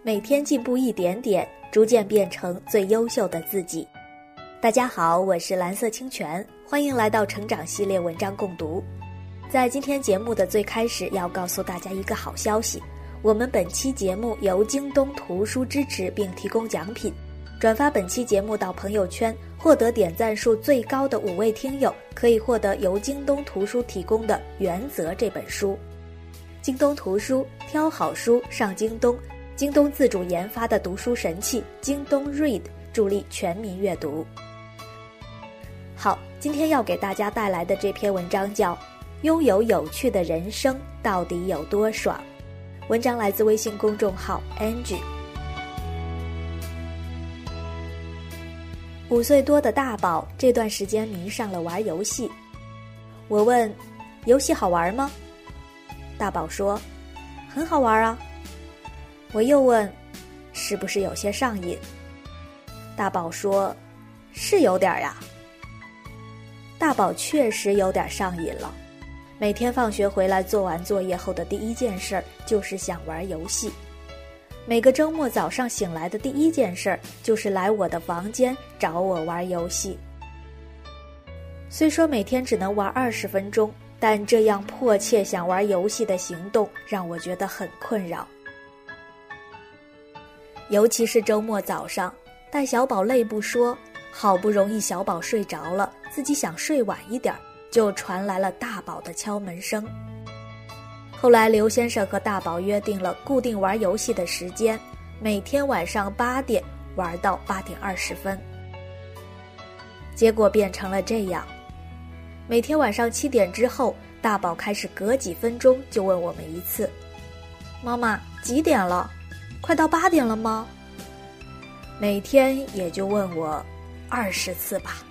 每天进步一点点，逐渐变成最优秀的自己。大家好，我是蓝色清泉，欢迎来到成长系列文章共读。在今天节目的最开始，要告诉大家一个好消息，我们本期节目由京东图书支持并提供奖品，转发本期节目到朋友圈，获得点赞数最高的5位听友可以获得由京东图书提供的《原则》这本书。京东图书挑好书上京东，京东自主研发的读书神器京东 Read 助力全民阅读。好，今天要给大家带来的这篇文章叫《拥有有趣的人生到底有多爽》，文章来自微信公众号 Angie。 5岁多的大宝这段时间迷上了玩游戏。我问，游戏好玩吗？大宝说，很好玩啊。我又问，是不是有些上瘾？大宝说，是有点呀。大宝确实有点上瘾了，每天放学回来做完作业后的第一件事就是想玩游戏。每个周末早上醒来的第一件事就是来我的房间找我玩游戏。虽说每天只能玩20分钟，但这样迫切想玩游戏的行动让我觉得很困扰。尤其是周末早上，带小宝累不说，好不容易小宝睡着了，自己想睡晚一点，就传来了大宝的敲门声。后来刘先生和大宝约定了固定玩游戏的时间，每天晚上8点玩到8点20分。结果变成了这样，每天晚上7点之后，大宝开始隔几分钟就问我们一次，妈妈几点了？快到8点了吗？每天也就问我20次吧。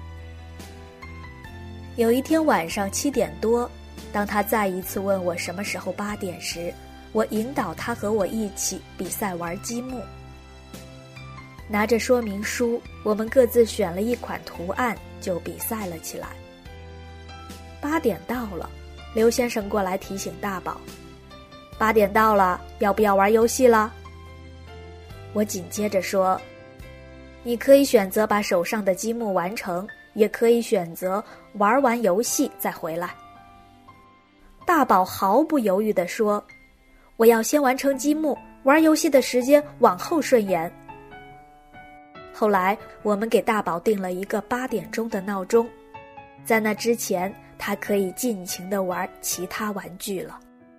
有一天晚上7点多，当他再一次问我什么时候8点时，我引导他和我一起比赛玩积木。拿着说明书，我们各自选了一款图案，就比赛了起来。8点到了，刘先生过来提醒大宝，8点到了，要不要玩游戏了？我紧接着说，你可以选择把手上的积木完成，也可以选择玩完游戏再回来。大宝毫不犹豫地说，我要先完成积木，玩游戏的时间往后顺延。后来我们给大宝定了一个8点钟的闹钟，在那之前他可以尽情地玩其他玩具了。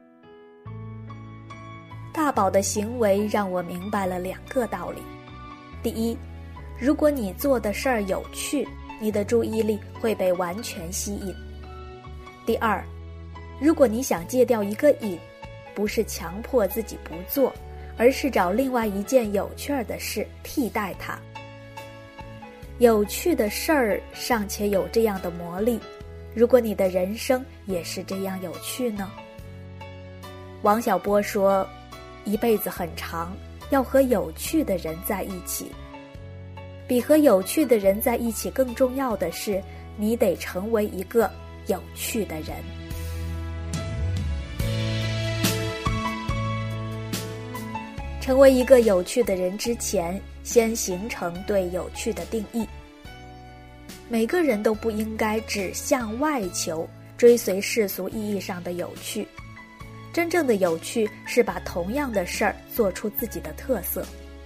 大宝的行为让我明白了2个道理。第一，如果你做的事儿有趣，你的注意力会被完全吸引。第二，如果你想戒掉一个瘾，不是强迫自己不做，而是找另外一件有趣的事替代它。有趣的事儿尚且有这样的魔力，如果你的人生也是这样有趣呢？王小波说，一辈子很长，要和有趣的人在一起。比和有趣的人在一起更重要的是，你得成为一个有趣的人。成为一个有趣的人之前，先形成对有趣的定义。每个人都不应该只向外求，追随世俗意义上的有趣。真正的有趣是把同样的事儿做出自己的特色。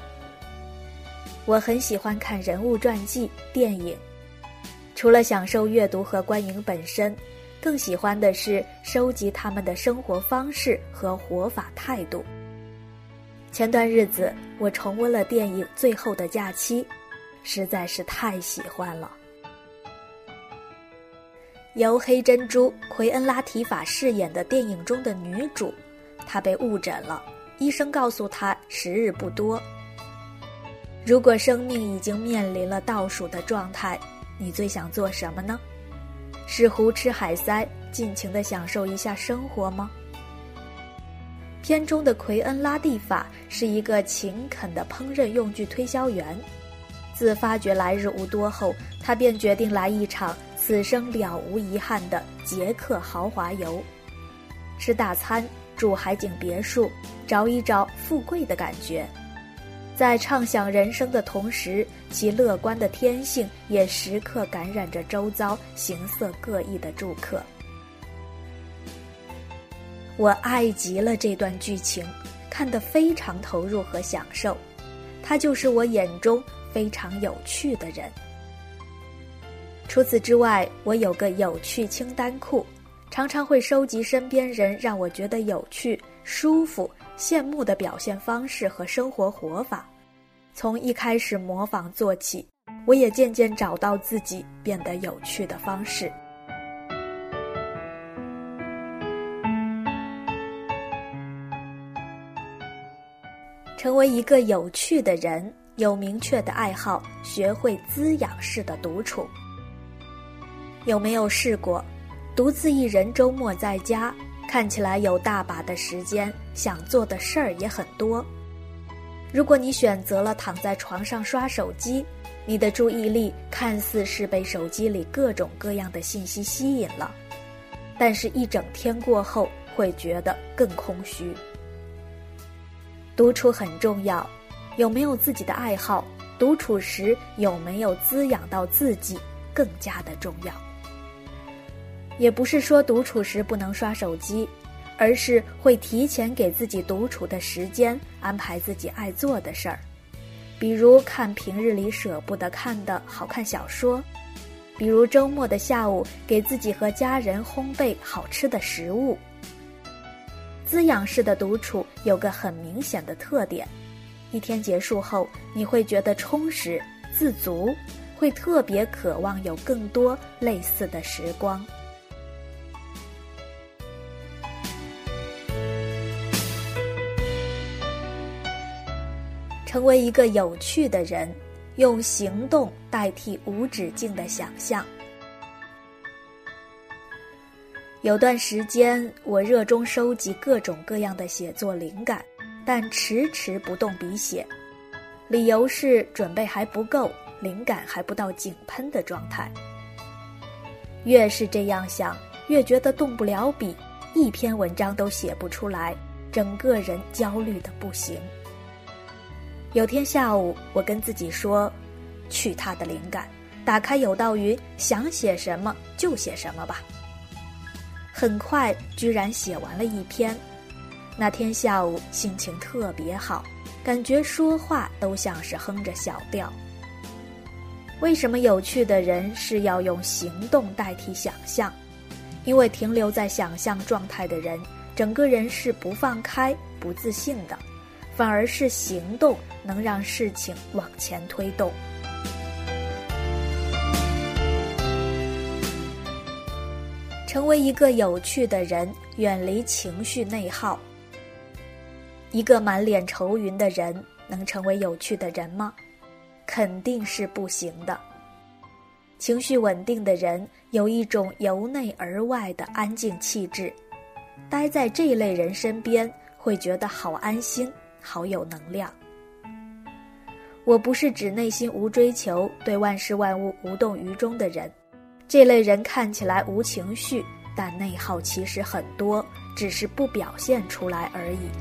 我很喜欢看人物传记、电影，除了享受阅读和观影本身，更喜欢的是收集他们的生活方式和活法态度。前段日子我重温了电影《最后的假期》，实在是太喜欢了。由黑珍珠奎恩拉提法饰演的电影中的女主，她被误诊了，医生告诉她时日不多。如果生命已经面临了倒数的状态，你最想做什么呢？是胡吃海塞，尽情地享受一下生活吗？片中的奎恩拉蒂法是一个勤恳的烹饪用具推销员，自发觉来日无多后，他便决定来一场此生了无遗憾的捷克豪华游，吃大餐，住海景别墅，找一找富贵的感觉， 在畅想人生的同时，其乐观的天性也时刻感染着周遭形色各异的住客。我爱极了这段剧情，看得非常投入和享受，他就是我眼中非常有趣的人。除此之外，我有个有趣清单库，常常会收集身边人让我觉得有趣、舒服、羡慕的表现方式和生活活法。从一开始模仿做起，我也渐渐找到自己变得有趣的方式。成为一个有趣的人，有明确的爱好，学会滋养式的独处。有没有试过独自一人周末在家，看起来有大把的时间，想做的事儿也很多。如果你选择了躺在床上刷手机，你的注意力看似是被手机里各种各样的信息吸引了，但是一整天过后会觉得更空虚。独处很重要，有没有自己的爱好，独处时有没有滋养到自己更加的重要。也不是说独处时不能刷手机，而是会提前给自己独处的时间，安排自己爱做的事儿，比如看平日里舍不得看的好看小说，比如周末的下午给自己和家人烘焙好吃的食物。滋养式的独处有个很明显的特点，一天结束后，你会觉得充实、自足，会特别渴望有更多类似的时光。成为一个有趣的人，用行动代替无止境的想象。有段时间，我热衷收集各种各样的写作灵感，但迟迟不动笔写，理由是准备还不够，灵感还不到井喷的状态。越是这样想，越觉得动不了笔，一篇文章都写不出来，整个人焦虑的不行。有天下午，我跟自己说，去他的灵感，打开有道云，想写什么就写什么吧。很快居然写完了一篇。那天下午心情特别好，感觉说话都像是哼着小调。为什么有趣的人是要用行动代替想象？因为停留在想象状态的人，整个人是不放开、不自信的，反而是行动能让事情往前推动。成为一个有趣的人，远离情绪内耗。一个满脸愁云的人能成为有趣的人吗？肯定是不行的。情绪稳定的人有一种由内而外的安静气质，待在这一类人身边会觉得好安心，好有能量。我不是指内心无追求，对万事万物无动于衷的人，这类人看起来无情绪，但内耗其实很多，只是不表现出来而已。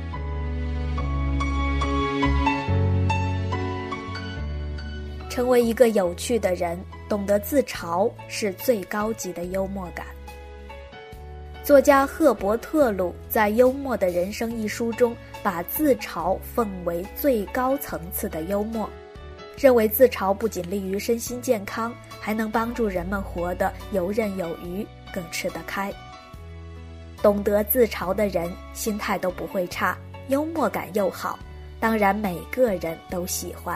成为一个有趣的人，懂得自嘲是最高级的幽默感。作家赫伯特鲁在《幽默的人生》一书中，把自嘲奉为最高层次的幽默，认为自嘲不仅利于身心健康，还能帮助人们活得游刃有余，更吃得开。懂得自嘲的人，心态都不会差，幽默感又好，当然每个人都喜欢。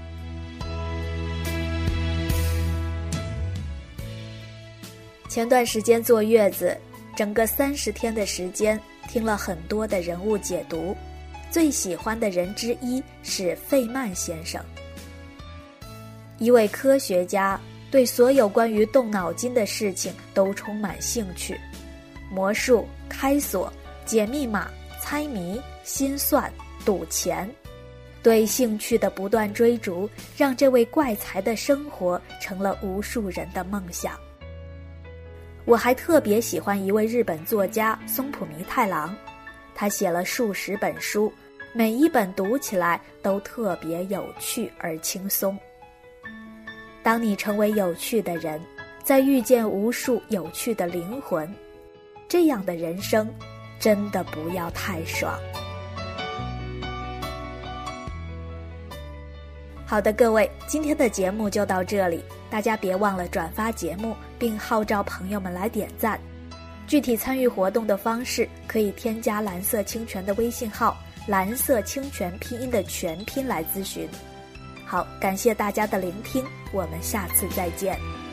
前段时间坐月子，整个30天的时间，听了很多的人物解读，最喜欢的人之一是费曼先生。一位科学家，对所有关于动脑筋的事情都充满兴趣，魔术、开锁、解密码、猜谜、心算、赌钱，对兴趣的不断追逐，让这位怪才的生活成了无数人的梦想。我还特别喜欢一位日本作家松浦弥太郎，他写了数十本书， 每一本读起来都特别有趣而轻松。当你成为有趣的人，再遇见无数有趣的灵魂，这样的人生真的不要太爽。好的，各位，今天的节目就到这里，大家别忘了转发节目，并号召朋友们来点赞。具体参与活动的方式，可以添加蓝色清泉的微信号，蓝色清泉拼音的全拼来咨询。好，感谢大家的聆听，我们下次再见。